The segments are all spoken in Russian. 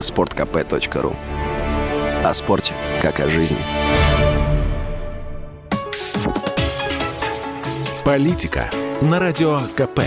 sportkp.ru. О спорте, как о жизни. Политика на Радио КП.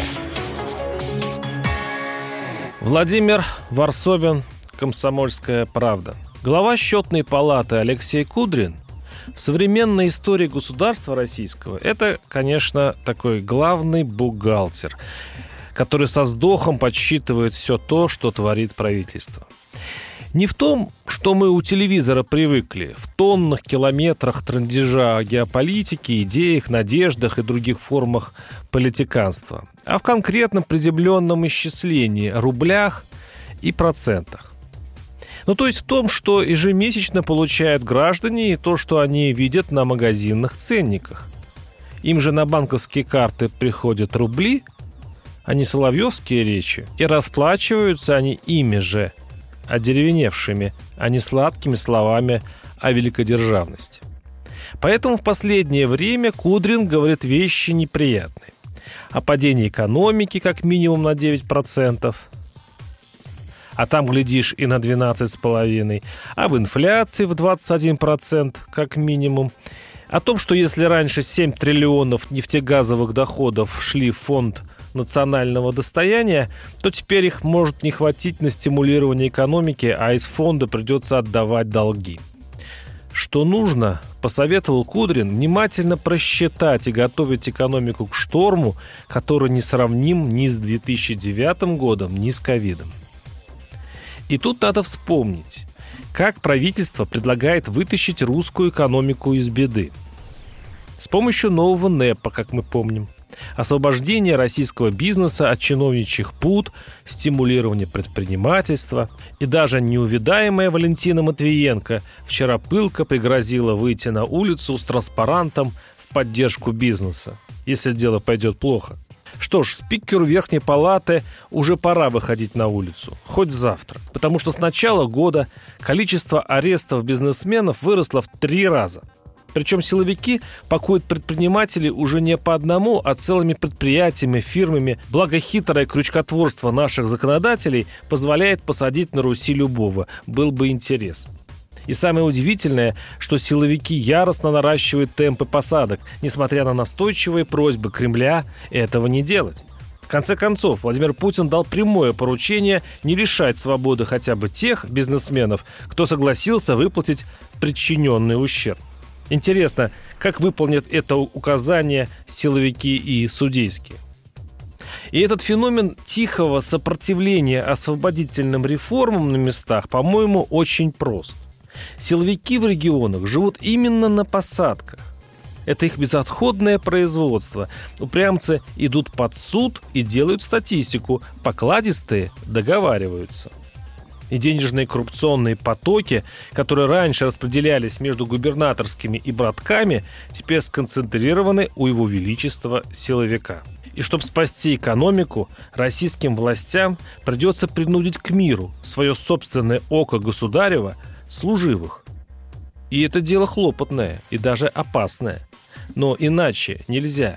Владимир Варсобин, «Комсомольская правда». Глава счетной палаты Алексей Кудрин в современной истории государства российского — это, конечно, такой главный бухгалтер, который со вздохом подсчитывает все то, что творит правительство. Не в том, что мы у телевизора привыкли, в тоннах, километрах трындежа о геополитике, идеях, надеждах и других формах политиканства, а в конкретном приземленном исчислении, рублях и процентах. Ну, то есть в том, что ежемесячно получают граждане и то, что они видят на магазинных ценниках. Им же на банковские карты приходят рубли, а не соловьевские речи, и расплачиваются они ими же, одеревеневшими, а не сладкими словами о великодержавности. Поэтому в последнее время Кудрин говорит вещи неприятные. О падении экономики как минимум на 9%, а там, глядишь, и на 12,5%, об инфляции в 21% как минимум, о том, что если раньше 7 триллионов нефтегазовых доходов шли в фонд национального достояния, то теперь их может не хватить на стимулирование экономики, а из фонда придется отдавать долги. Что нужно, посоветовал Кудрин, внимательно просчитать и готовить экономику к шторму, который не сравним ни с 2009 годом, ни с ковидом. И тут надо вспомнить, как правительство предлагает вытащить русскую экономику из беды. С помощью нового НЭПа, как мы помним. Освобождение российского бизнеса от чиновничьих пут, стимулирование предпринимательства. И даже неувидаемая Валентина Матвиенко вчера пылко пригрозила выйти на улицу с транспарантом в поддержку бизнеса, если дело пойдет плохо. Что ж, спикеру Верхней Палаты уже пора выходить на улицу, хоть завтра. Потому что с начала года количество арестов бизнесменов выросло в 3 раза. Причем силовики пакуют предпринимателей уже не по одному, а целыми предприятиями, фирмами. Благо хитрое крючкотворство наших законодателей позволяет посадить на Руси любого. Был бы интерес. И самое удивительное, что силовики яростно наращивают темпы посадок, несмотря на настойчивые просьбы Кремля этого не делать. В конце концов, Владимир Путин дал прямое поручение не лишать свободы хотя бы тех бизнесменов, кто согласился выплатить причиненный ущерб. Интересно, как выполнят это указание силовики и судейские. И этот феномен тихого сопротивления освободительным реформам на местах, по-моему, очень прост. Силовики в регионах живут именно на посадках. Это их безотходное производство. Упрямцы идут под суд и делают статистику. Покладистые договариваются. И денежные коррупционные потоки, которые раньше распределялись между губернаторскими и братками, теперь сконцентрированы у его величества силовика. И чтобы спасти экономику, российским властям придется принудить к миру свое собственное око государева служивых. И это дело хлопотное и даже опасное. Но иначе нельзя.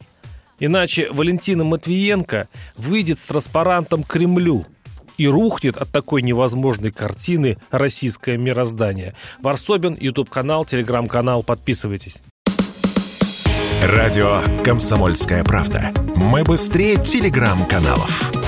Иначе Валентина Матвиенко выйдет с транспарантом к Кремлю и рухнет от такой невозможной картины российское мироздание. Варсобин, YouTube-канал, Telegram-канал. Подписывайтесь. Радио «Комсомольская правда». Мы быстрее Telegram-каналов.